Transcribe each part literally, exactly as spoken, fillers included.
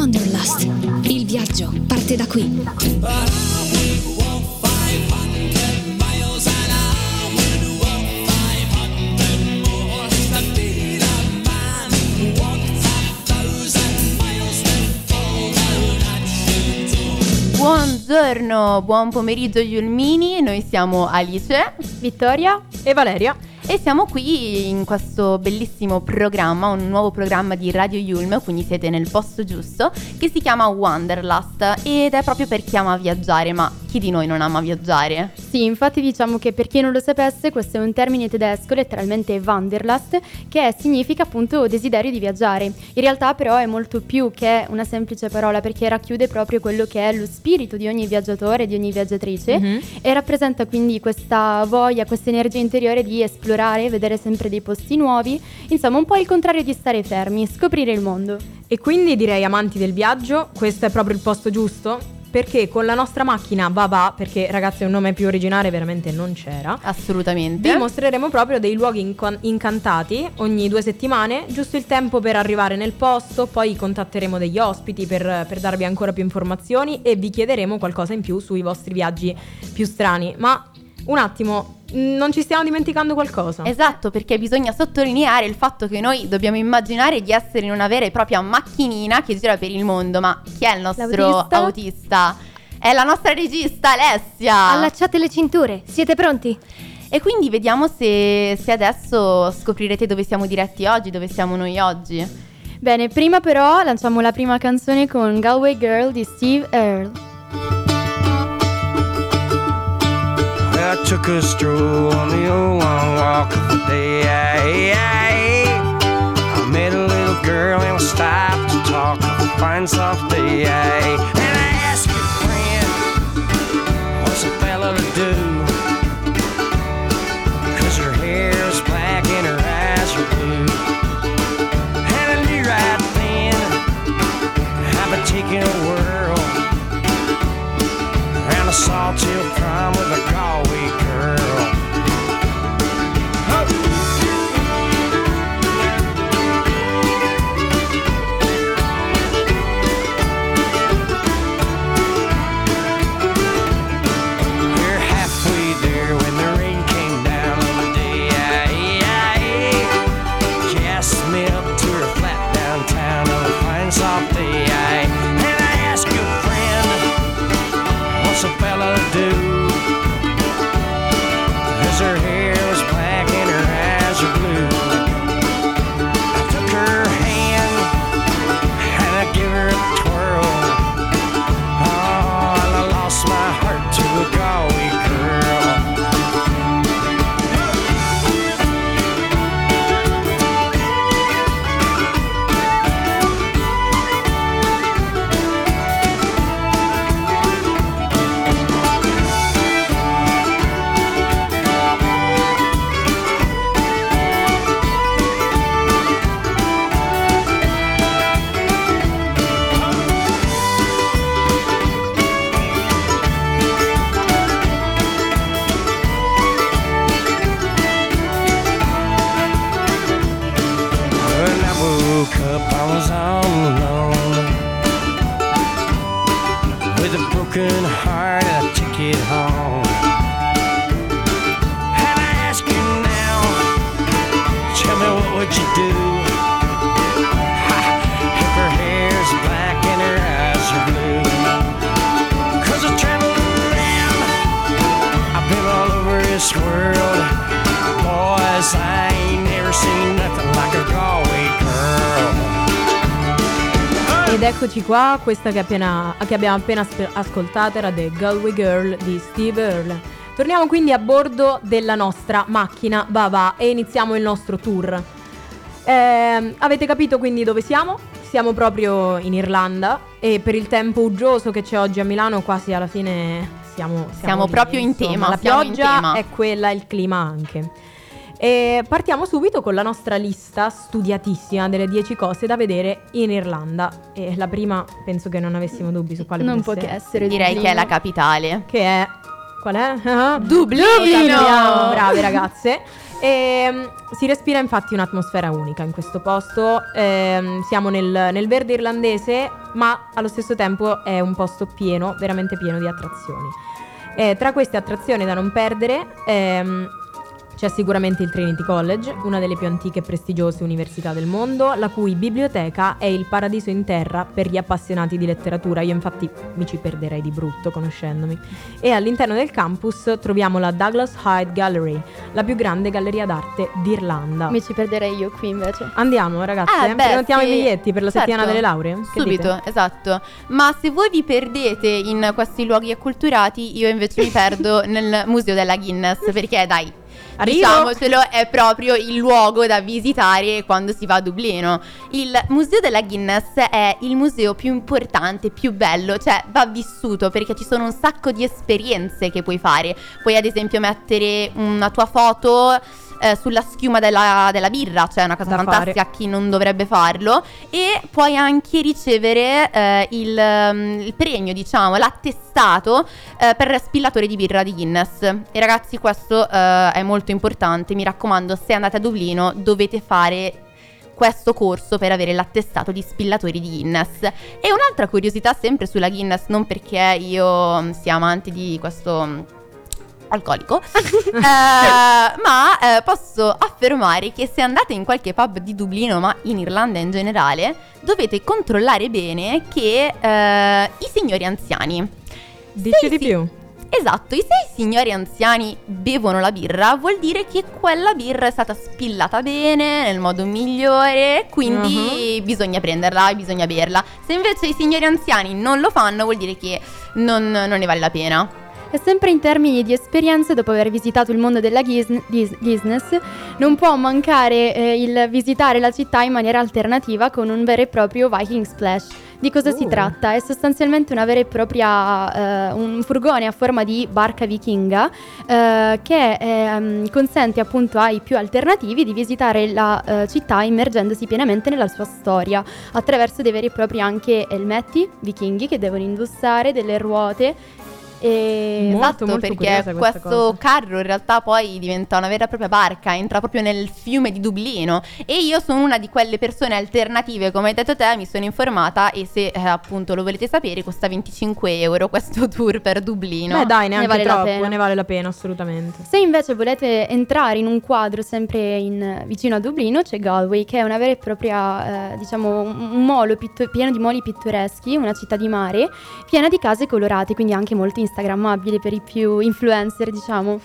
Wanderlust. Il viaggio parte da qui. Buongiorno, buon pomeriggio Yulmini, noi siamo Alice, Vittoria e Valeria e siamo qui in questo bellissimo programma, un nuovo programma di Radio Yulm, quindi siete nel posto giusto, che si chiama Wanderlust ed è proprio per chi ama viaggiare, ma chi di noi non ama viaggiare? Sì, infatti diciamo che per chi non lo sapesse questo è un termine tedesco, letteralmente Wanderlust, che è, significa appunto desiderio di viaggiare. In realtà però è molto più che una semplice parola, perché racchiude proprio quello che è lo spirito di ogni viaggiatore, di ogni viaggiatrice, mm-hmm. e rappresenta quindi questa voglia, questa energia interiore di esplorare, vedere sempre dei posti nuovi, insomma un po' il contrario di stare fermi, scoprire il mondo. E quindi direi, amanti del viaggio, questo è proprio il posto giusto? Perché con la nostra macchina Baba, perché ragazzi un nome più originale veramente non c'era, assolutamente, vi mostreremo proprio dei luoghi inc- incantati ogni due settimane, giusto il tempo per arrivare nel posto. Poi contatteremo degli ospiti per, per darvi ancora più informazioni e vi chiederemo qualcosa in più sui vostri viaggi più strani. Ma un attimo, non ci stiamo dimenticando qualcosa? Esatto, perché bisogna sottolineare il fatto che noi dobbiamo immaginare di essere in una vera e propria macchinina che gira per il mondo. Ma chi è il nostro L'autista? autista? È la nostra regista Alessia. Allacciate le cinture, siete pronti? E quindi vediamo se, se adesso scoprirete dove siamo diretti oggi, dove siamo noi oggi. Bene, prima però lanciamo la prima canzone con Galway Girl di Steve Earle. I took a stroll on the old long walk of the day. I, I, I met a little girl and we stopped to talk of a fine soft day. I, and I asked her friend, what's a fella to do? Cause her hair is black and her eyes are blue. And I knew right then I've been taking a whirl around a Sawtell prom with a Galway girl. We're halfway there when the rain came down on the day. I, I, she asked me up to her flat downtown on a fine soft day. I, and I asked your friend, what's a fella to do? Cause her hair was black and her eyes are blue. I took her hand and I gave her a twirl. Oh, and I lost my heart to a Galway girl. Up, I was all alone with a broken heart and a ticket home. And I ask you now, tell me what would you do? Ha, if her hair's black and her eyes are blue. Cause I traveled around, I've been all over this world. Boys, I ain't never seen nothing like a Galway girl. Ed eccoci qua, questa che, appena, che abbiamo appena aspe- ascoltato era The Galway Girl di Steve Earle. Torniamo quindi a bordo della nostra macchina Baba e iniziamo il nostro tour. Eh, avete capito quindi dove siamo? Siamo proprio in Irlanda e per il tempo uggioso che c'è oggi a Milano quasi alla fine siamo, siamo, siamo lì, proprio in insomma. tema. La siamo in pioggia tema. è quella, il clima anche. E partiamo subito con la nostra lista studiatissima delle dieci cose da vedere in Irlanda. E la prima penso che non avessimo dubbi su quale Non può potesse che essere Direi Dublino. che è la capitale. che è... Qual è? Dublino! Dublino! Brave ragazze. E, um, si respira infatti un'atmosfera unica in questo posto. Ehm, siamo nel, nel verde irlandese, ma allo stesso tempo è un posto pieno, veramente pieno di attrazioni. Eh, tra queste attrazioni da non perdere ehm, c'è sicuramente il Trinity College, una delle più antiche e prestigiose università del mondo, la cui biblioteca è il paradiso in terra per gli appassionati di letteratura. Io infatti mi ci perderei di brutto conoscendomi. E all'interno del campus troviamo la Douglas Hyde Gallery, la più grande galleria d'arte d'Irlanda. Mi ci perderei io qui invece. Andiamo ragazze, Eh, beh, prenotiamo sì. i biglietti per la Certo. settimana delle lauree? Che Subito, dite? esatto. Ma se voi vi perdete in questi luoghi acculturati, io invece mi perdo nel Museo della Guinness, perché dai, Arrivo. diciamocelo, è proprio il luogo da visitare quando si va a Dublino. Il Museo della Guinness è il museo più importante, più bello, cioè va vissuto, perché ci sono un sacco di esperienze che puoi fare. Puoi ad esempio mettere una tua foto eh, sulla schiuma della, della birra, cioè è una cosa Da fantastica, fare. chi non dovrebbe farlo. E puoi anche ricevere eh, il, um, il premio, diciamo, l'attestato eh, per spillatore di birra di Guinness. E ragazzi, questo eh, è molto importante, mi raccomando, se andate a Dublino dovete fare questo corso per avere l'attestato di spillatori di Guinness. E un'altra curiosità sempre sulla Guinness, non perché io mm, sia amante di questo mm, alcolico, eh, ma eh, posso affermare che se andate in qualche pub di Dublino, ma in Irlanda in generale, dovete controllare bene che eh, i signori anziani, Dici se di si- più? Esatto, e se i signori anziani bevono la birra, vuol dire che quella birra è stata spillata bene, nel modo migliore, quindi bisogna prenderla e bisogna berla. Se invece i signori anziani non lo fanno, vuol dire che non, non ne vale la pena. E sempre in termini di esperienze, dopo aver visitato il mondo della Guis- Dis- Guinness, non può mancare eh, il visitare la città in maniera alternativa con un vero e proprio Viking Splash. Di cosa si Uh. tratta? È sostanzialmente una vera e propria, eh, un furgone a forma di barca vichinga eh, che ehm, consente appunto ai più alternativi di visitare la eh, città immergendosi pienamente nella sua storia attraverso dei veri e propri anche elmetti vichinghi che devono indossare, delle ruote. E Molto, Esatto, molto perché curiosa questa questo cosa. carro in realtà poi diventa una vera e propria barca, entra proprio nel fiume di Dublino. E io sono una di quelle persone alternative, come hai detto te, mi sono informata e se eh, appunto lo volete sapere costa venticinque euro questo tour per Dublino. Beh dai, neanche vale la troppo, pena. ne vale la pena assolutamente. Se invece volete entrare in un quadro sempre in, vicino a Dublino, c'è Galway, che è una vera e propria, eh, diciamo, un un molo pitto- pieno di moli pittoreschi, una città di mare, piena di case colorate, quindi anche molto instagrammabile per i più influencer, diciamo.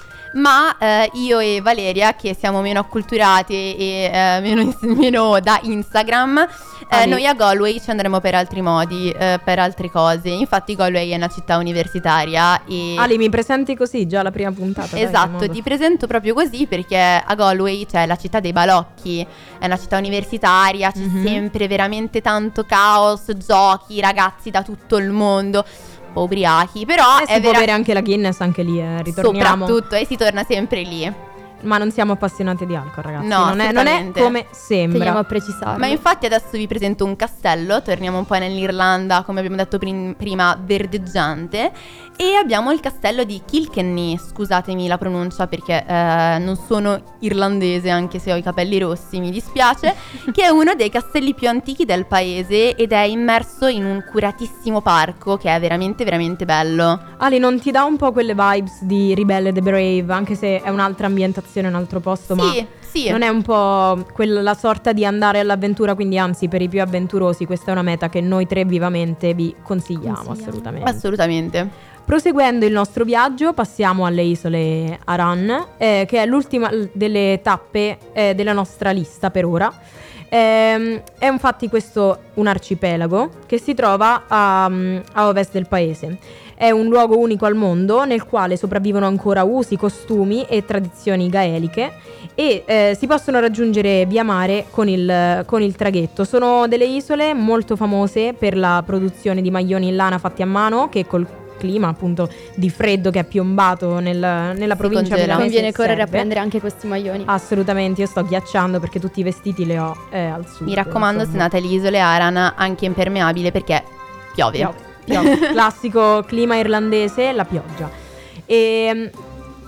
Ma eh, io e Valeria, che siamo meno acculturate e eh, meno, meno da Instagram, eh, Ali. noi a Galway ci andremo per altri modi, eh, per altre cose. Infatti Galway è una città universitaria e... Ali, mi presenti così già la prima puntata? dai, che Esatto, modo. ti presento proprio così perché a Galway c'è la città dei balocchi, è una città universitaria, c'è Mhm. sempre veramente tanto caos, giochi, ragazzi da tutto il mondo, un po' ubriachi, però Eh, è si può vera- bere anche la Guinness, anche lì, eh, ritorniamo. soprattutto, e si torna sempre lì. Ma non siamo appassionati di alcol, ragazzi. No, non, è, non è assolutamente. come Teniamo sembra. a precisarlo. Ma infatti adesso vi presento un castello, torniamo un po' nell'Irlanda, come abbiamo detto prim- prima, verdeggiante, e abbiamo il castello di Kilkenny, scusatemi la pronuncia perché eh, non sono irlandese, anche se ho i capelli rossi, mi dispiace, che è uno dei castelli più antichi del paese ed è immerso in un curatissimo parco che è veramente veramente bello. Ali, non ti dà un po' quelle vibes di Ribelle the Brave, anche se è un'altra ambientazione, un altro posto, ma Sì, sì. non è un po' quella sorta di andare all'avventura, quindi anzi per i più avventurosi questa è una meta che noi tre vivamente vi consigliamo, Consigliamo. assolutamente. Assolutamente. Proseguendo il nostro viaggio passiamo alle isole Aran, eh, che è l'ultima l- delle tappe eh, della nostra lista per ora. Ehm, è infatti questo un arcipelago che si trova a, a ovest del paese. È un luogo unico al mondo nel quale sopravvivono ancora usi, costumi e tradizioni gaeliche e eh, si possono raggiungere via mare con il, con il traghetto. Sono delle isole molto famose per la produzione di maglioni in lana fatti a mano che col clima appunto di freddo che è piombato nel- nella provincia congela. milanese Conviene correre a serve. prendere anche questi maglioni. Assolutamente, io sto ghiacciando perché tutti i vestiti li ho eh, al sud. Mi raccomando, se insomma. andate alle isole Aran, anche impermeabile perché piove. Piove, piove. Classico clima irlandese, la pioggia. E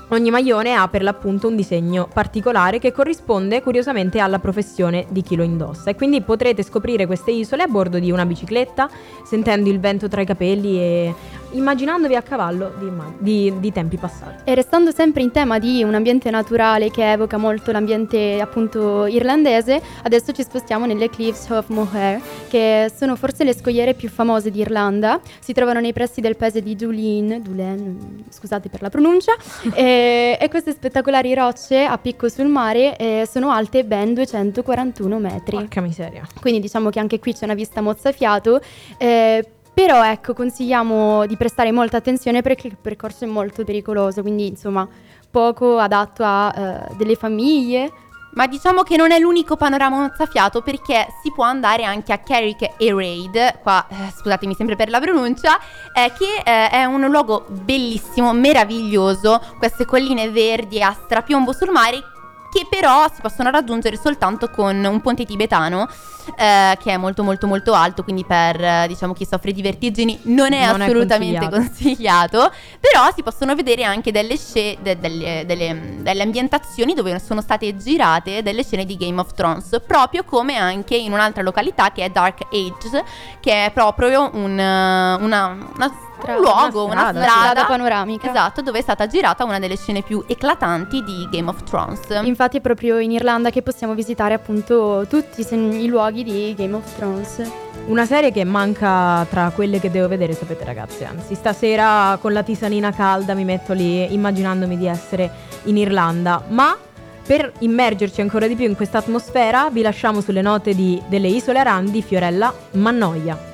Ogni maglione ha per l'appunto un disegno particolare che corrisponde curiosamente alla professione di chi lo indossa, e quindi potrete scoprire queste isole a bordo di una bicicletta, sentendo il vento tra i capelli e immaginandovi a cavallo di, di, di tempi passati. E restando sempre in tema di un ambiente naturale che evoca molto l'ambiente appunto irlandese, adesso ci spostiamo nelle Cliffs of Moher, che sono forse le scogliere più famose d'Irlanda. Si trovano nei pressi del paese di Doolin, Doolin, scusate per la pronuncia, e, e queste spettacolari rocce a picco sul mare eh, sono alte ben duecentoquarantuno metri. Porca miseria. Quindi diciamo che anche qui c'è una vista mozzafiato, eh, però ecco, consigliamo di prestare molta attenzione perché il percorso è molto pericoloso, quindi insomma poco adatto a eh, delle famiglie. Ma diciamo che non è l'unico panorama mozzafiato, perché si può andare anche a Carrick e Raid, qua eh, scusatemi sempre per la pronuncia, eh, che eh, è un luogo bellissimo, meraviglioso, queste colline verdi a strapiombo sul mare, che però si possono raggiungere soltanto con un ponte tibetano eh, che è molto molto molto alto, quindi per eh, diciamo chi soffre di vertigini non è Non è assolutamente consigliato. consigliato. Però si possono vedere anche delle, sce- de- delle, delle, delle ambientazioni dove sono state girate delle scene di Game of Thrones, proprio come anche in un'altra località che è Dark Ages, che è proprio un, una, una un luogo, una una strada, strada, sì. Strada panoramica. esatto, dove è stata girata una delle scene più eclatanti di Game of Thrones. Infatti è proprio in Irlanda che possiamo visitare appunto tutti i, sen- i luoghi di Game of Thrones. Una serie che manca tra quelle che devo vedere, sapete ragazzi, anzi stasera con la tisanina calda mi metto lì immaginandomi di essere in Irlanda, ma per immergerci ancora di più in questa atmosfera vi lasciamo sulle note di Delle Isole Aran di Fiorella Mannoia.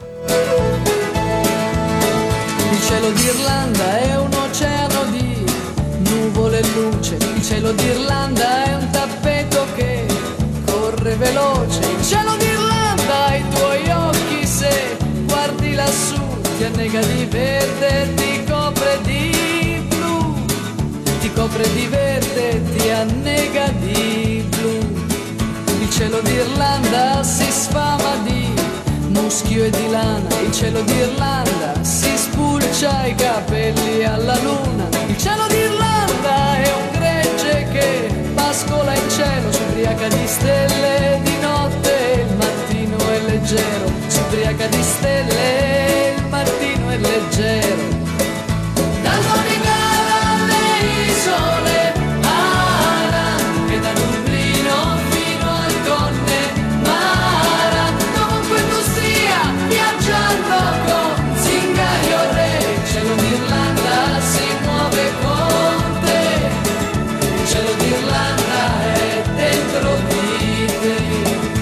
Il cielo d'Irlanda è un oceano di nuvole e luce. Il cielo d'Irlanda è un tappeto che corre veloce. Il cielo d'Irlanda, i tuoi occhi, se guardi lassù, ti annega di verde, ti copre di blu. Ti copre di verde, ti annega di blu. Il cielo d'Irlanda si sfama di muschio e di lana. Il cielo d'Irlanda si spulcia i capelli alla luna. Il cielo d'Irlanda è un gregge che pascola in cielo, si ubriaca di stelle di notte, il mattino è leggero. Si ubriaca di stelle, il mattino è leggero. Dal Donegal alle isole Aran e da Dublino fino al Connemara, dovunque tu sia viaggiando con zingari o re, il cielo d'Irlanda si muove con te, il cielo d'Irlanda è dentro di te.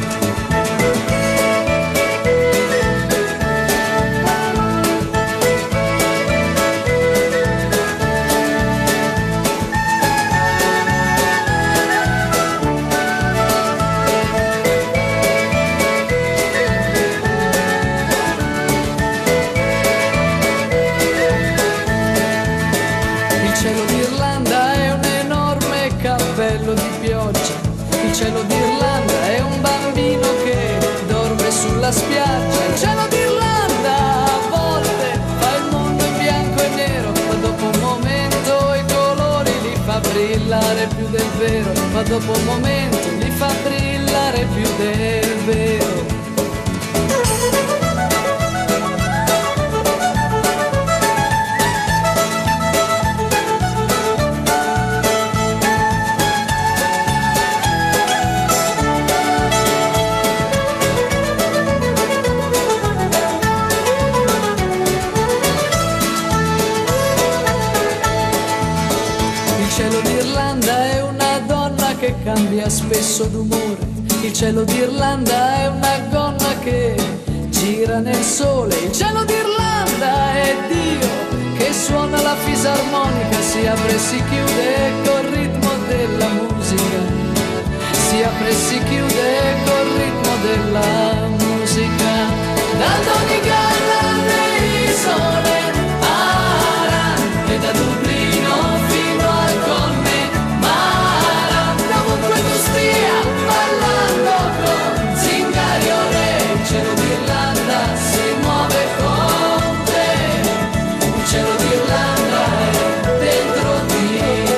Il cielo d'Irlanda è un enorme cappello di pioggia. Il cielo d'Irlanda è un bambino che dorme sulla spiaggia. Il cielo d'Irlanda a volte fa il mondo in bianco e nero, ma dopo un momento i colori li fa brillare più del vero. Ma dopo un momento li fa brillare più del vero. Il cielo d'Irlanda è una donna che cambia spesso d'umore. Il cielo d'Irlanda è una gonna che gira nel sole. Il cielo d'Irlanda è Dio che suona la fisarmonica, si apre e si chiude col ritmo della musica. Si apre e si chiude col ritmo della musica. Dal Donegal alle isole Aran e da Dublino fino al Connemara, dovunque tu stia ballando con zingari o re, il cielo d'Irlanda si muove con te, il cielo d'Irlanda è dentro di te.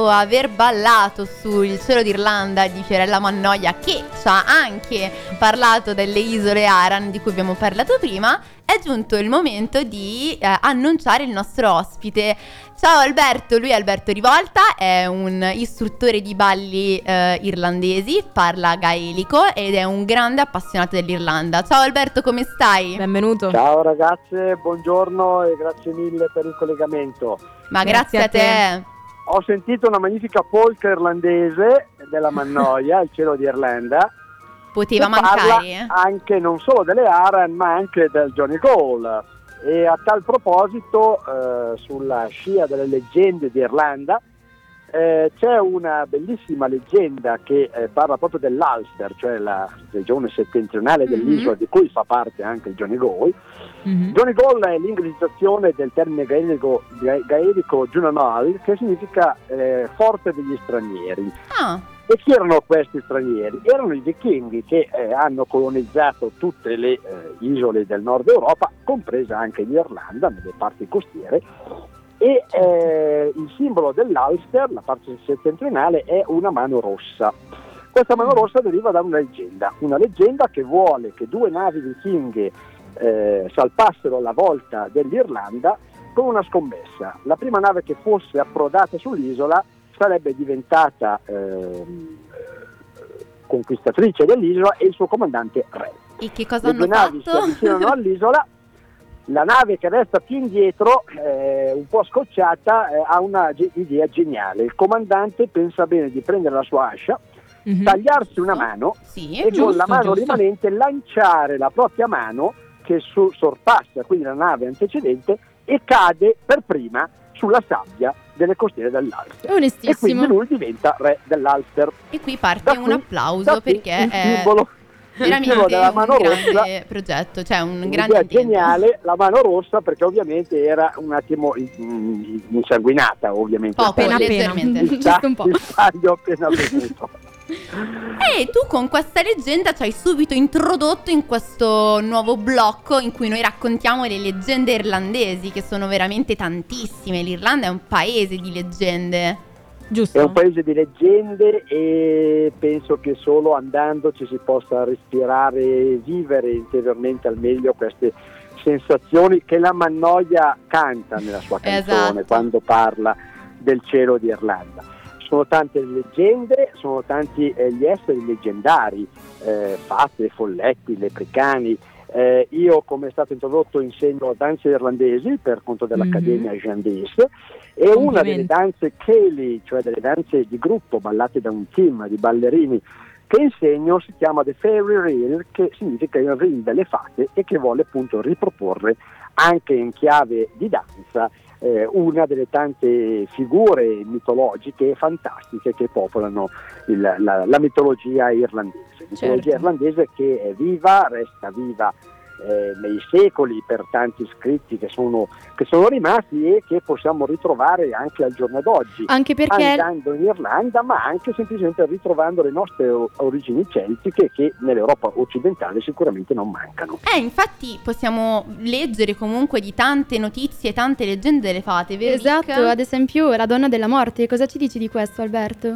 aver ballato sul cielo d'Irlanda di Fiorella Mannoia, che ci ha anche parlato delle isole Aran di cui abbiamo parlato prima, è giunto il momento di eh, annunciare il nostro ospite. Ciao Alberto, lui è Alberto Rivolta, è un istruttore di balli eh, irlandesi, parla gaelico ed è un grande appassionato dell'Irlanda. Ciao Alberto, come stai? Benvenuto. Ciao ragazze, buongiorno e grazie mille per il collegamento. Ma grazie, grazie a te. Ho sentito una magnifica polka irlandese della Mannoia, il cielo di Irlanda. Poteva mancare. Anche non solo delle Aran, ma anche del Johnny Goal. E a tal proposito, eh, sulla scia delle leggende di Irlanda, eh, c'è una bellissima leggenda che eh, parla proprio dell'Ulster, cioè la regione settentrionale dell'isola, mm-hmm. di cui fa parte anche il Johnny Goal. Mm-hmm. Johnny Goal è l'inglisizzazione del termine gaelico, gaelico Junanal, che significa eh, forte degli stranieri. Ah. E chi erano questi stranieri? Erano i vichinghi che eh, hanno colonizzato tutte le eh, isole del nord Europa, compresa anche l'Irlanda, nelle parti costiere, e eh, il simbolo dell'Ulster, la parte settentrionale, è una mano rossa. Questa mano rossa deriva da una leggenda, una leggenda che vuole che due navi vichinghe eh, salpassero la volta dell'Irlanda con una scommessa. La prima nave che fosse approdata sull'isola sarebbe diventata eh, conquistatrice dell'isola e il suo comandante re. E che cosa Le hanno due navi fatto? si avvicinano all'isola, la nave che resta più indietro, eh, un po' scocciata, eh, ha una ge- idea geniale. Il comandante pensa bene di prendere la sua ascia, mm-hmm. tagliarsi una mano sì, e giusto, con la mano giusto. rimanente lanciare la propria mano che su- sorpassa quindi la nave antecedente e cade per prima sulla sabbia delle costiere dell'Ulster. Onestissimo. E quindi lui diventa re dell'Ulster. E qui parte Da un qui- applauso perché il è simbolo, il veramente simbolo della un mano grande rossa, progetto, cioè un un'idea grande intento. geniale, la mano rossa, perché ovviamente era un attimo in- insanguinata, ovviamente. Poco, Perché leggermente. il Giusto un po'. il taglio appena venuto. E tu con questa leggenda ci hai subito introdotto in questo nuovo blocco in cui noi raccontiamo le leggende irlandesi, che sono veramente tantissime. L'Irlanda è un paese di leggende. Giusto. È un paese di leggende e penso che solo andando ci si possa respirare e vivere interiormente al meglio queste sensazioni che la Mannoia canta nella sua canzone, Esatto. quando parla del cielo di Irlanda. Sono tante le leggende, sono tanti eh, gli esseri leggendari, eh, fate, folletti, lepricani. Eh, io, come è stato introdotto, insegno danze irlandesi per conto dell'Accademia Mm-hmm. Jean Dees, e una delle danze Ceili, cioè delle danze di gruppo ballate da un team di ballerini che insegno, si chiama The Fairy Reel, che significa il reel delle fate, e che vuole appunto riproporre anche in chiave di danza eh, una delle tante figure mitologiche e fantastiche che popolano il, la, la mitologia irlandese. Mitologia Certo. irlandese che è viva, resta viva eh, nei secoli per tanti scritti che sono, che sono rimasti e che possiamo ritrovare anche al giorno d'oggi, Anche perché andando in Irlanda, ma anche semplicemente ritrovando le nostre o- origini celtiche che nell'Europa occidentale sicuramente non mancano. Eh, infatti possiamo leggere comunque di tante notizie, tante leggende delle fate, vero? esatto, Rick? ad esempio la donna della morte. Cosa ci dici di questo, Alberto?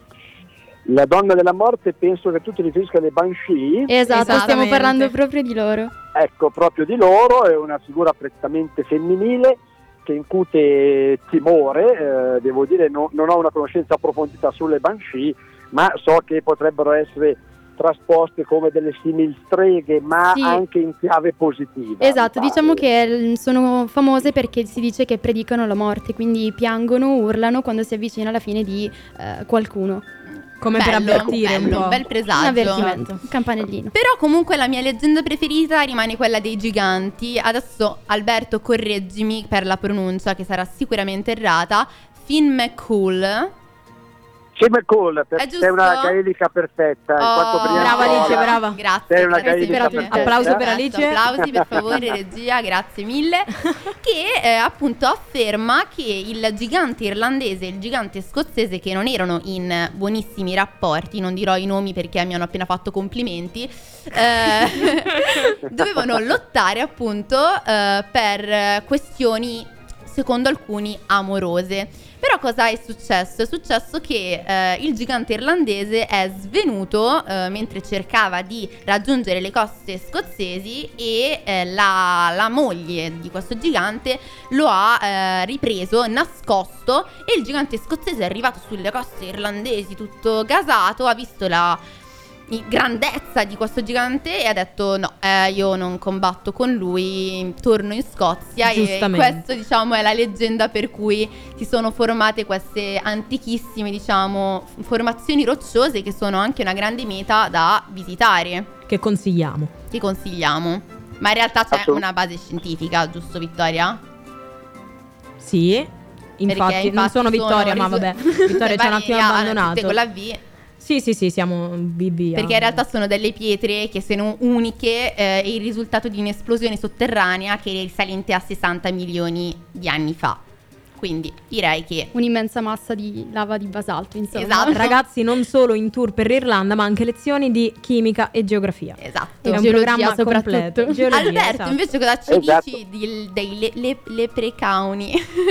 La donna della morte, penso che tu ti riferisca alle Banshee. Esatto, stiamo Esattamente. parlando proprio di loro. Ecco, proprio di loro, è una figura prettamente femminile che incute timore. Eh, devo dire, no, non ho una conoscenza approfondita sulle Banshee, ma so che potrebbero essere trasposte come delle simil streghe, ma Sì. anche in chiave positiva. Esatto, mi pare. diciamo che eh, sono famose perché si dice che predicano la morte, quindi piangono, urlano quando si avvicina alla fine di eh, qualcuno. Come per Bello, avvertire bello, un po'. bel Un presagio. avvertimento, un campanellino. Però comunque la mia leggenda preferita rimane quella dei giganti. Adesso Alberto, correggimi per la pronuncia che sarà sicuramente errata. Finn McCool. Sì, McCall, per, È giusto? sei una gaelica perfetta. in Oh, quanto prima brava scuola. Alice, brava. Grazie. Sei una grazie gaelica mille. perfetta. Applauso per Esatto, Alice. Applausi per favore regia, grazie mille. Che eh, appunto afferma che il gigante irlandese e il gigante scozzese, che non erano in buonissimi rapporti, non dirò i nomi perché mi hanno appena fatto complimenti, eh, dovevano lottare appunto eh, per questioni, secondo alcuni, amorose. Però cosa è successo? È successo che eh, il gigante irlandese è svenuto eh, mentre cercava di raggiungere le coste scozzesi e eh, la, la moglie di questo gigante lo ha eh, ripreso, nascosto, e il gigante scozzese è arrivato sulle coste irlandesi tutto gasato, ha visto la grandezza di questo gigante e ha detto no, eh, io non combatto con lui, torno in Scozia. E questo, diciamo, è la leggenda per cui si sono formate queste antichissime, diciamo, formazioni rocciose che sono anche una grande meta da visitare, che consigliamo che consigliamo ma in realtà c'è Assolut- una base scientifica, giusto Vittoria? sì, infatti, Perché, non sono Vittoria, sono ma risu- vabbè, Vittoria ci ha un Valeria, attimo tutte abbandonato. con la V. Sì, sì, sì, siamo B B. Perché in realtà sono delle pietre che sono uniche, eh, e il risultato di un'esplosione sotterranea che è risalente a sessanta milioni di anni fa. Quindi direi che Un'immensa massa di lava di basalto, insomma. Esatto. Ragazzi, non solo in tour per l'Irlanda, ma anche lezioni di chimica e geografia. esatto. E È un geologia programma soprattutto. completo. Geologia, Alberto, esatto. invece cosa ci Esatto. dici di- dei le- le- leprecauni?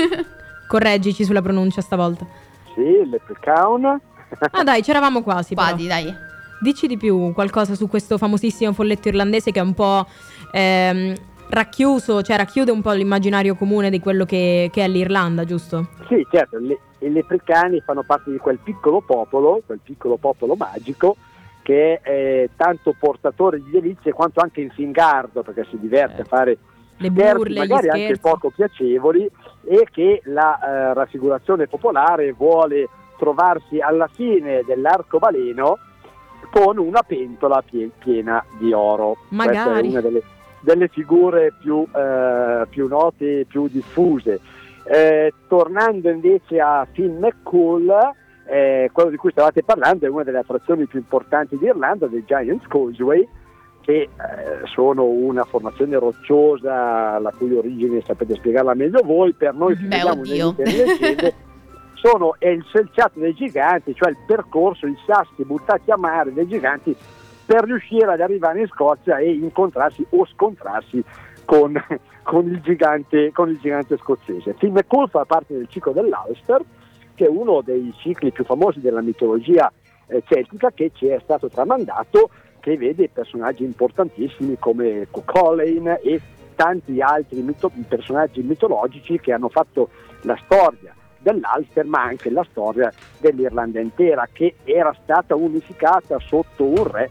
Correggici sulla pronuncia stavolta. Sì, Leprechaun. Ah dai, c'eravamo quasi. però. Quasi, dai. Dici di più qualcosa su questo famosissimo folletto irlandese che è un po' ehm, racchiuso, cioè racchiude un po' l'immaginario comune di quello che, che è l'Irlanda, giusto? Sì, certo, le, i leprecani fanno parte di quel piccolo popolo, quel piccolo popolo magico che è eh, tanto portatore di delizie quanto anche infingardo, perché si diverte a fare Le scherzi burle, gli magari anche scherzi. poco piacevoli, e che la eh, raffigurazione popolare vuole trovarsi alla fine dell'arcobaleno con una pentola pie- piena di oro. Magari. Questa è una delle, delle figure più, eh, più note, più diffuse. Eh, tornando invece a Finn McCool, eh, quello di cui stavate parlando è una delle attrazioni più importanti di Irlanda, del Giant's Causeway, che eh, sono una formazione rocciosa la cui origine sapete spiegarla meglio voi, per noi Beh, spieghiamo oddio. nelle leggende. Sono è il selciato dei giganti, cioè il percorso, i sassi buttati a mare dei giganti per riuscire ad arrivare in Scozia e incontrarsi o scontrarsi con, con il gigante con il gigante scozzese. Finn McCool fa parte del ciclo dell'Ulster, che è uno dei cicli più famosi della mitologia eh, celtica, che ci è stato tramandato, che vede personaggi importantissimi come Cuchulainn e tanti altri mito- personaggi mitologici che hanno fatto la storia dell'Ulster, ma anche la storia dell'Irlanda intera, che era stata unificata sotto un re,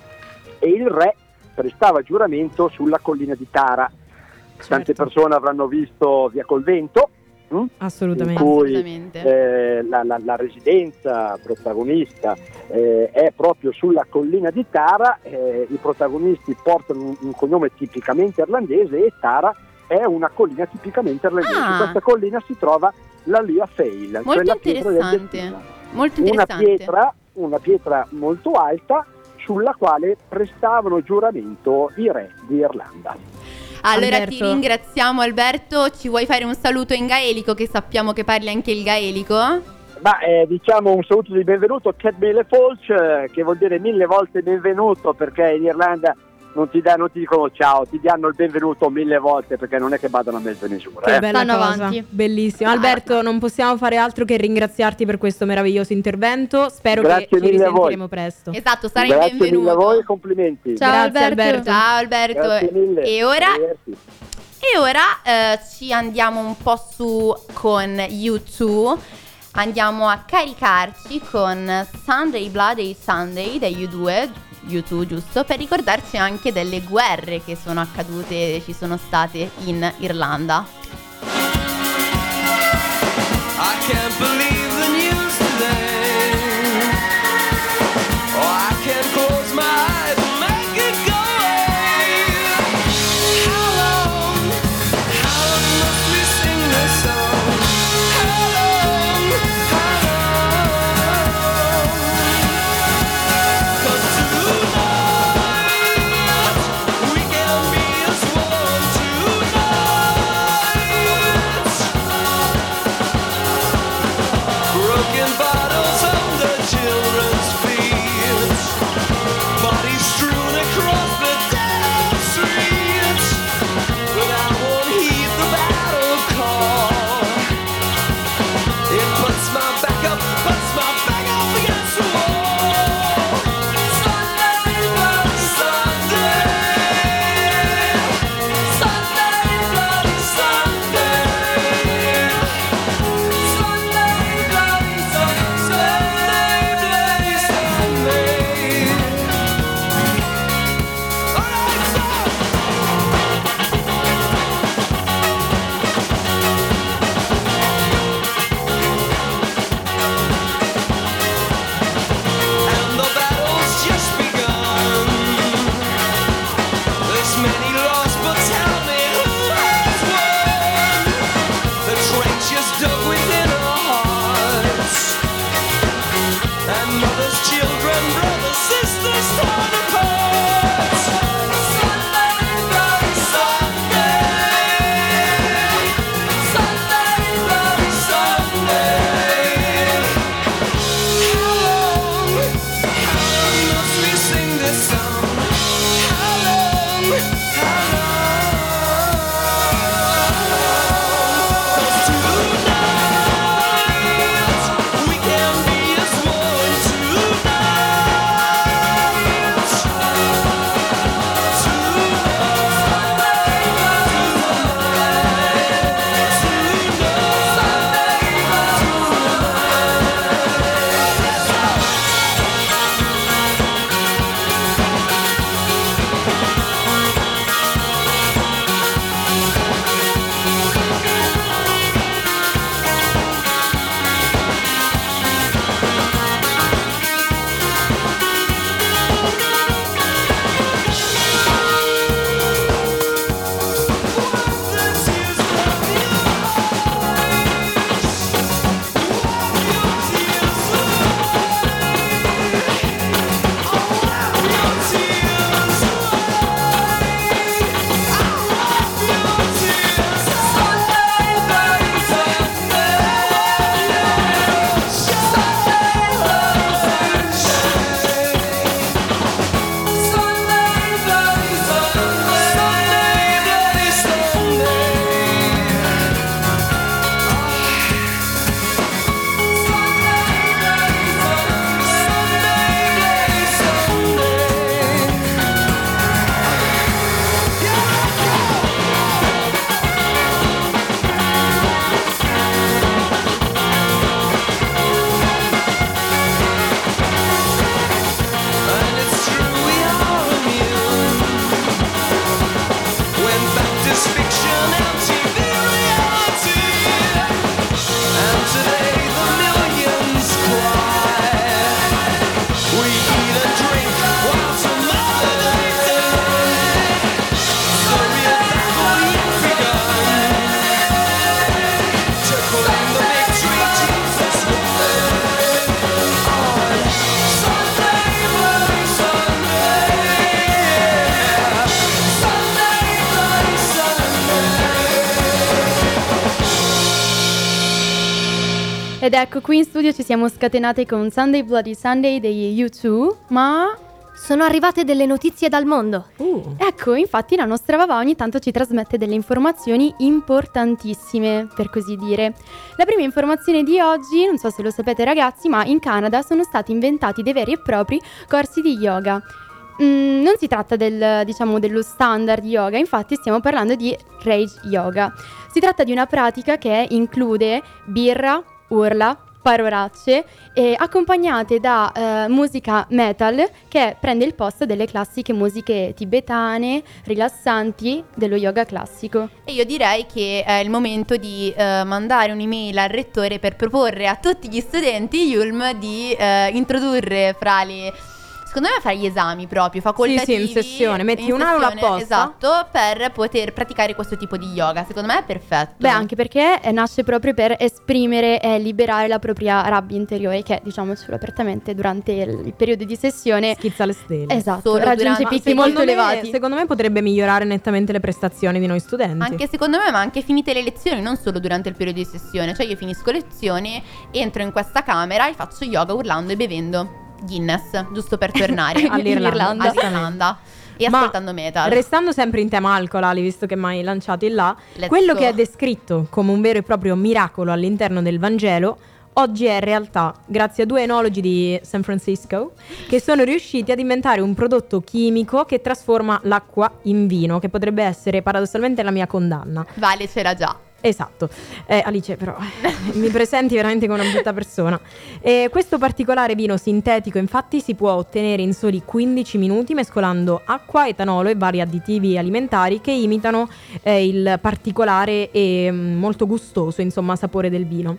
e il re prestava giuramento sulla collina di Tara. Tante Certo. persone avranno visto Via col vento, hm? Assolutamente. in cui Assolutamente. eh, la, la- la residenza protagonista eh, è proprio sulla collina di Tara. Eh, i protagonisti portano un, un cognome tipicamente irlandese e Tara è una collina tipicamente irlandese. Ah. Su questa collina si trova la Lia Fail, cioè Molto la pietra del interessante. destino. Molto Una interessante. pietra, una pietra molto alta sulla quale prestavano giuramento i re di Irlanda. Allora Alberto. ti ringraziamo Alberto, ci vuoi fare un saluto in gaelico, che sappiamo che parli anche il gaelico? Ma eh, diciamo un saluto di benvenuto, Cat Mille Folch, eh, che vuol dire mille volte benvenuto, perché in Irlanda non ti, da, non ti dicono ciao, ti danno il benvenuto mille volte, perché non è che vadano a mezzo misura. Che Eh. bella Stanno cosa, avanti. bellissimo. Alberto, non possiamo fare altro che ringraziarti per questo meraviglioso intervento. Spero Grazie che ci mille a voi. risentiremo presto. Esatto, sarai Grazie benvenuto. mille a voi e complimenti. Ciao Grazie, Alberto. Alberto. Ciao Alberto. Grazie mille. E ora, Arrivederci. e ora eh, ci andiamo un po' su con U due. Andiamo a caricarci con Sunday Bloody Sunday degli U due, U due giusto, per ricordarci anche delle guerre che sono accadute, ci sono state in Irlanda. I can't believe the news today. Oh, I can't close my eyes and make it go away. How long, how long must we sing this song? How long, how long? 'Cause tonight we can be as one tonight. Broken bottles under children's feet, bodies strewn across the dead streets. But I won't heed the battle call. In Ed ecco, qui in studio ci siamo scatenate con Sunday Bloody Sunday degli U due, ma... Sono arrivate delle notizie dal mondo. Uh. Ecco, infatti la nostra Vava ogni tanto ci trasmette delle informazioni importantissime, per così dire. La prima informazione di oggi, non so se lo sapete ragazzi, ma in Canada sono stati inventati dei veri e propri corsi di yoga. Mm, non si tratta del, diciamo, dello standard yoga, infatti stiamo parlando di rage yoga. Si tratta di una pratica che include birra, urla, parolacce e accompagnate da eh, musica metal che prende il posto delle classiche musiche tibetane, rilassanti dello yoga classico. E io direi che è il momento di eh, mandare un'email al rettore per proporre a tutti gli studenti Yulm di eh, introdurre fra le... Secondo me fai gli esami proprio facoltativi. Sì, sì, in sessione, metti in un'aula sessione, apposta. Esatto, per poter praticare questo tipo di yoga. Secondo me è perfetto. Beh, anche perché eh, nasce proprio per esprimere e liberare la propria rabbia interiore che, diciamocelo apertamente, durante il, il periodo di sessione Schizza le stelle. esatto, Solo raggiunge durante- picchi Ma molto Secondo me- elevati. Secondo me potrebbe migliorare nettamente le prestazioni di noi studenti. Anche secondo me, ma anche finite le lezioni, non solo durante il periodo di sessione. Cioè io finisco lezione, entro in questa camera e faccio yoga urlando e bevendo Guinness, giusto per tornare All'Irlanda. all'Irlanda e Ma ascoltando metal. Restando sempre in tema alcol, Ali, visto che mi hai lanciato in là, Let's quello go. che è descritto come un vero e proprio miracolo all'interno del Vangelo oggi è realtà, grazie a due enologi di San Francisco che sono riusciti ad inventare un prodotto chimico che trasforma l'acqua in vino, che potrebbe essere paradossalmente la mia condanna. Vale, c'era già. Esatto, eh, Alice però mi presenti veramente come una brutta persona. Eh, questo particolare vino sintetico infatti si può ottenere in soli quindici minuti mescolando acqua, etanolo e vari additivi alimentari che imitano eh, il particolare e mm, molto gustoso insomma sapore del vino.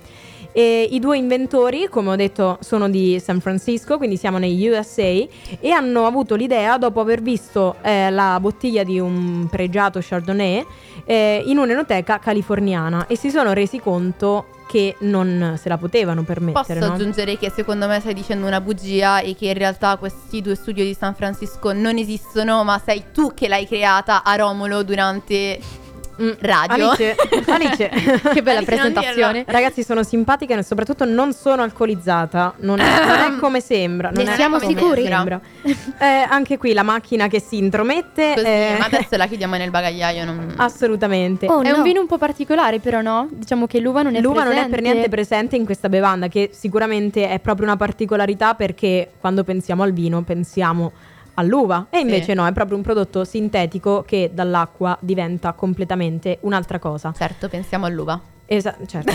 E i due inventori, come ho detto, sono di San Francisco, quindi siamo negli U S A, e hanno avuto l'idea dopo aver visto eh, la bottiglia di un pregiato Chardonnay eh, in un'enoteca californiana e si sono resi conto che non se la potevano permettere. Posso no? aggiungere che secondo me stai dicendo una bugia e che in realtà questi due studio di San Francisco non esistono, ma sei tu che l'hai creata a Romolo durante Mm, radio. Alice, Alice. Che bella Alice, non presentazione. Ragazzi, sono simpatica e soprattutto non sono alcolizzata. Non è, non è come sembra. Non Ne è siamo come sicuri? sembra. Eh, anche qui la macchina che si intromette. Così, eh, ma adesso la chiudiamo nel bagagliaio. Non... assolutamente. Oh, È no. un vino un po' particolare però, no? Diciamo che l'uva non è L'uva presente. non è per niente presente in questa bevanda, che sicuramente è proprio una particolarità perché quando pensiamo al vino pensiamo all'uva e invece Sì. no, è proprio un prodotto sintetico che dall'acqua diventa completamente un'altra cosa. Certo, pensiamo all'uva. Esatto, certo.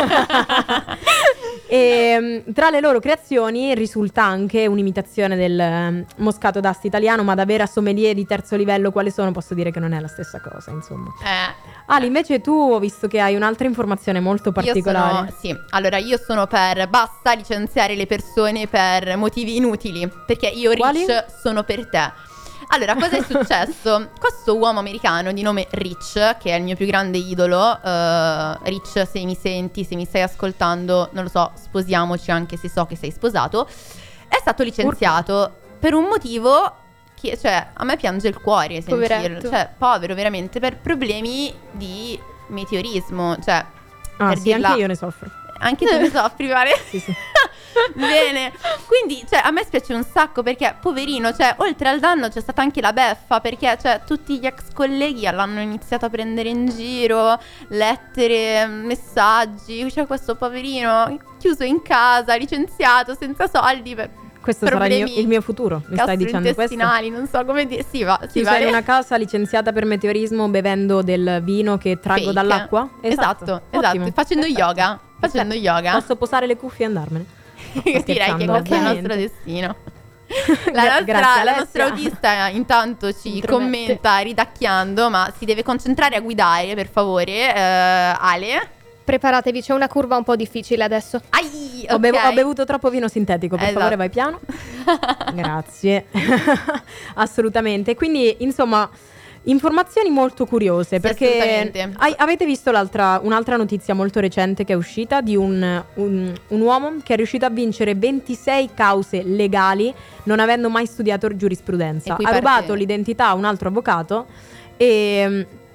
E, mm, tra le loro creazioni risulta anche un'imitazione del um, moscato d'asti italiano, ma da vera sommelier di terzo livello quale sono, posso dire che non è la stessa cosa, insomma. Eh, Ali, invece tu ho visto che hai un'altra informazione molto particolare. Io sono, sì, allora io sono per basta licenziare le persone per motivi inutili, perché io Quali? Rich sono per te. Allora, cosa è successo? Questo uomo americano di nome Rich, che è il mio più grande idolo, uh, Rich, se mi senti, se mi stai ascoltando, non lo so, sposiamoci anche se so che sei sposato, è stato licenziato per un motivo che, cioè, a me piange il cuore sentirlo, Poveretto. cioè, povero veramente, per problemi di meteorismo, cioè, Ah, per sì, dirla- anche io ne soffro. anche tu ne soffri, pare. Sì, sì. Bene, quindi cioè, a me spiace un sacco perché poverino, cioè, oltre al danno c'è stata anche la beffa, perché cioè, tutti gli ex colleghi l'hanno iniziato a prendere in giro, lettere, messaggi, cioè questo poverino chiuso in casa, licenziato, senza soldi per Questo sarà il mio, problemi il mio futuro, mi stai dicendo questo? gastrointestinali, non so come dire. Sì, va, sì, Chiusa vale. in una casa licenziata per meteorismo bevendo del vino che traggo Fake. dall'acqua? Esatto, esatto, Ottimo. facendo Perfetto. yoga, facendo Perfetto. yoga. Posso posare le cuffie e andarmene? No, sto Direi che scherzando, questo è il ovviamente. nostro destino. La Gra- nostra, grazie, la Alessia. nostra autista intanto ci Intromette. commenta ridacchiando, ma si deve concentrare a guidare, per favore. Eh, Ale. Preparatevi, c'è una curva un po' difficile adesso. Ai, Ho, bevu- ok. ho bevuto troppo vino sintetico, per Esatto. favore vai piano. Grazie. Assolutamente. Quindi, insomma, informazioni molto curiose, Sì, perché assolutamente. hai- avete visto l'altra, un'altra notizia molto recente che è uscita di un, un, un uomo che è riuscito a vincere ventisei cause legali non avendo mai studiato giurisprudenza. E qui Ha parte- rubato l'identità a un altro avvocato e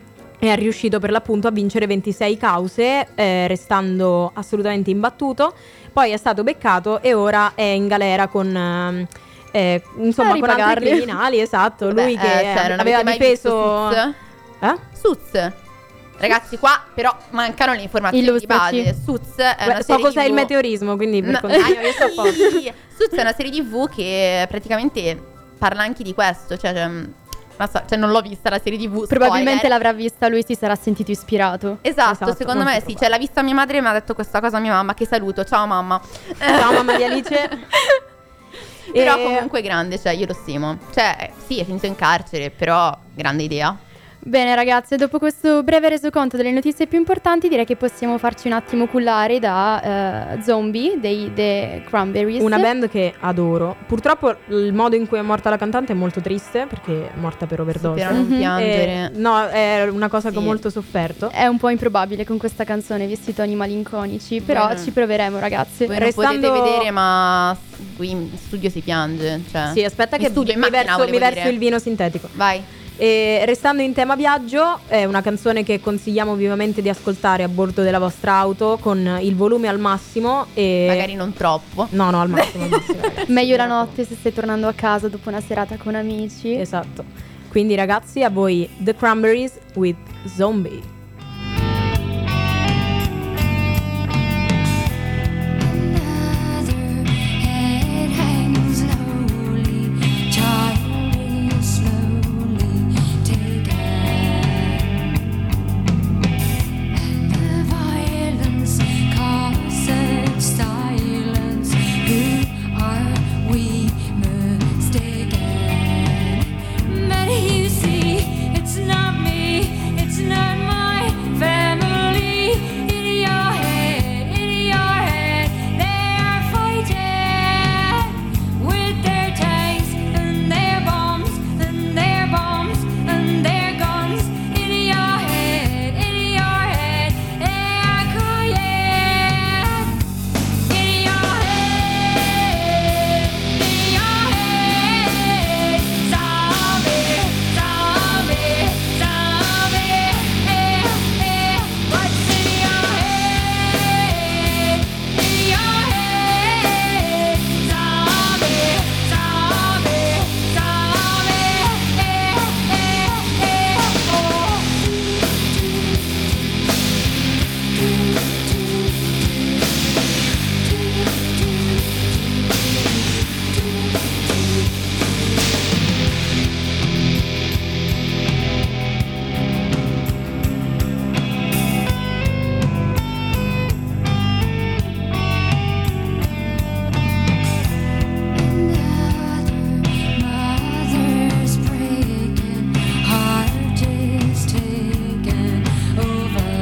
è riuscito per l'appunto a vincere ventisei cause, eh, restando assolutamente imbattuto. Poi è stato beccato e ora è in galera con eh, eh, insomma A con altri ripagarli. criminali, esatto. Vabbè, Lui eh, che cioè, non aveva avete mai difeso visto eh? Suits? Suits. Ragazzi, qua però mancano le informazioni Illustraci. di base. Suits è Beh, una so serie cos'è T V. il meteorismo, quindi per No, continuare ah, io sto a posto. Sì, Suits è una serie tivù che praticamente parla anche di questo, cioè, cioè, non so, cioè non l'ho vista la serie tivù. Probabilmente spoiler. l'avrà vista, lui si sarà sentito ispirato. Esatto, Esatto, secondo me molto sì, probabile. cioè l'ha vista mia madre e mi ha detto questa cosa a mia mamma, che saluto, ciao mamma. Ciao mamma di Alice. Però E- comunque grande, cioè io lo stimo. Cioè sì, è finito in carcere, però grande idea. Bene ragazze, dopo questo breve resoconto delle notizie più importanti, direi che possiamo farci un attimo cullare da eh, Zombie dei The Cranberries. Una band che adoro. Purtroppo il modo in cui è morta la cantante è molto triste, perché è morta per overdose. Spero non Mhm. piangere. Eh, no, è una cosa che ho Sì. molto sofferto. È un po' improbabile con questa canzone, visti i toni malinconici, però Bene. ci proveremo ragazze. Voi Restando- non potete vedere, ma qui in studio si piange. Cioè. Sì, aspetta In che studio, in mi macchina, verso, volevo mi verso dire. il vino sintetico. Vai. E restando in tema viaggio, è una canzone che consigliamo vivamente di ascoltare a bordo della vostra auto con il volume al massimo e Magari non troppo. no, no, al massimo, al massimo, ragazzi. Meglio la notte se stai tornando a casa dopo una serata con amici. Esatto. Quindi ragazzi, a voi The Cranberries with Zombie. It's not me, it's not my family. In your head, in your head, they are fighting with their tanks and their bombs and their bombs and their guns. In your head, in your head, they are crying. In your head, in your head, zombie, zombie, zombie. Eh, eh, what's in your head? In your head, zombie, zombie, zombie. Eh, eh, eh, oh. Mother's breaking, heart is taken over.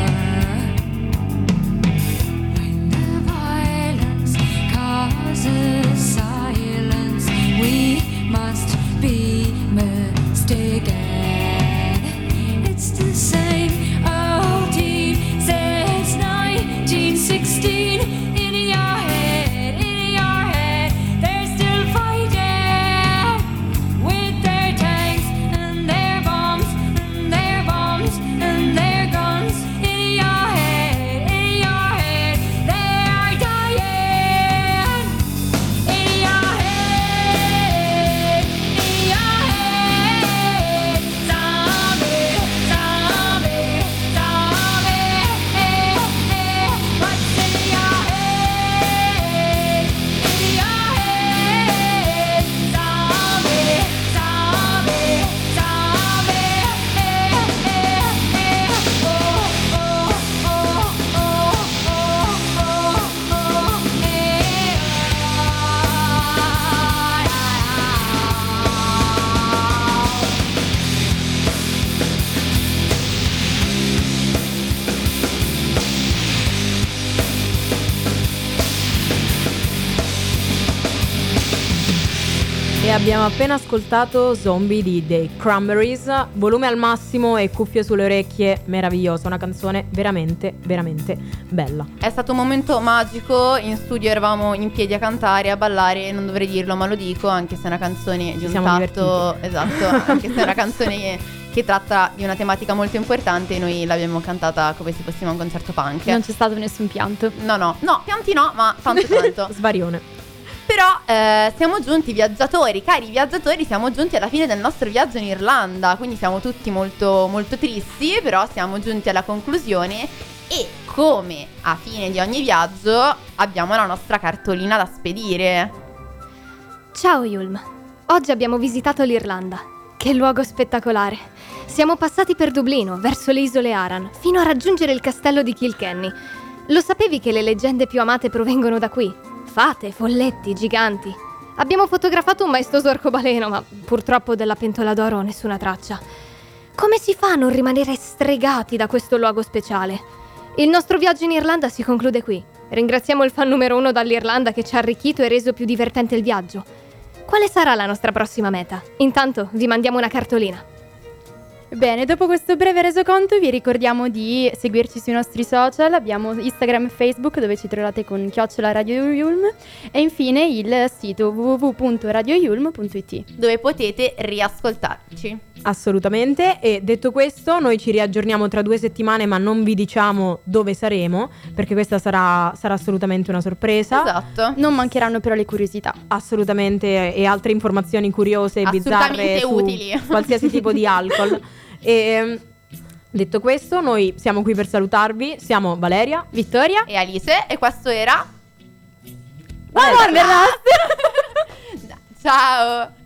When the violence causes silence, we must be mistaken. It's the same old team since nineteen sixteen. In your head, in your head, they're still fighting with their tanks and their bombs and their bombs and their guns. In your head, in your head, they are dying. In your head, in your head, zombie, zombie, zombie. Eh, eh, what's in your head? In your head, zombie, zombie, zombie. Eh, eh, eh, oh, oh, oh, oh, oh, oh, oh, eh, ah. E abbiamo appena ascoltato Zombie di The Cranberries, volume al massimo e cuffie sulle orecchie, meravigliosa, una canzone veramente, veramente bella. È stato un momento magico, in studio eravamo in piedi a cantare, a ballare, non dovrei dirlo ma lo dico, anche se è una canzone di un siamo tatto, esatto, anche se è una canzone che tratta di una tematica molto importante e noi l'abbiamo cantata come se fossimo a un concerto punk. Non c'è stato nessun pianto. No, no, no, pianti no, ma tanto tanto. Svarione. Però eh, siamo giunti viaggiatori, cari viaggiatori, siamo giunti alla fine del nostro viaggio in Irlanda, quindi siamo tutti molto molto tristi, però siamo giunti alla conclusione e come a fine di ogni viaggio abbiamo la nostra cartolina da spedire. Ciao Yulm, oggi abbiamo visitato l'Irlanda. Che luogo spettacolare. Siamo passati per Dublino, verso le isole Aran, fino a raggiungere il castello di Kilkenny. Lo sapevi che le leggende più amate provengono da qui? Fate, folletti, giganti. Abbiamo fotografato un maestoso arcobaleno, ma purtroppo della pentola d'oro nessuna traccia. Come si fa a non rimanere stregati da questo luogo speciale? Il nostro viaggio in Irlanda si conclude qui. Ringraziamo il fan numero uno dall'Irlanda che ci ha arricchito e reso più divertente il viaggio. Quale sarà la nostra prossima meta? Intanto vi mandiamo una cartolina. Bene, dopo questo breve resoconto vi ricordiamo di seguirci sui nostri social. Abbiamo Instagram e Facebook dove ci trovate con chiocciola Radio Yulm e infine il sito w w w punto radio yulm punto i t dove potete riascoltarci. Assolutamente. E detto questo, noi ci riaggiorniamo tra due settimane, ma non vi diciamo dove saremo, perché questa sarà, sarà assolutamente una sorpresa. Esatto. Non mancheranno però le curiosità. Assolutamente, e altre informazioni curiose e bizzarre Assolutamente su utili. qualsiasi tipo di alcol. E detto questo, noi siamo qui per salutarvi. Siamo Valeria, Vittoria E Alice, e questo era Wanderlust. Ciao.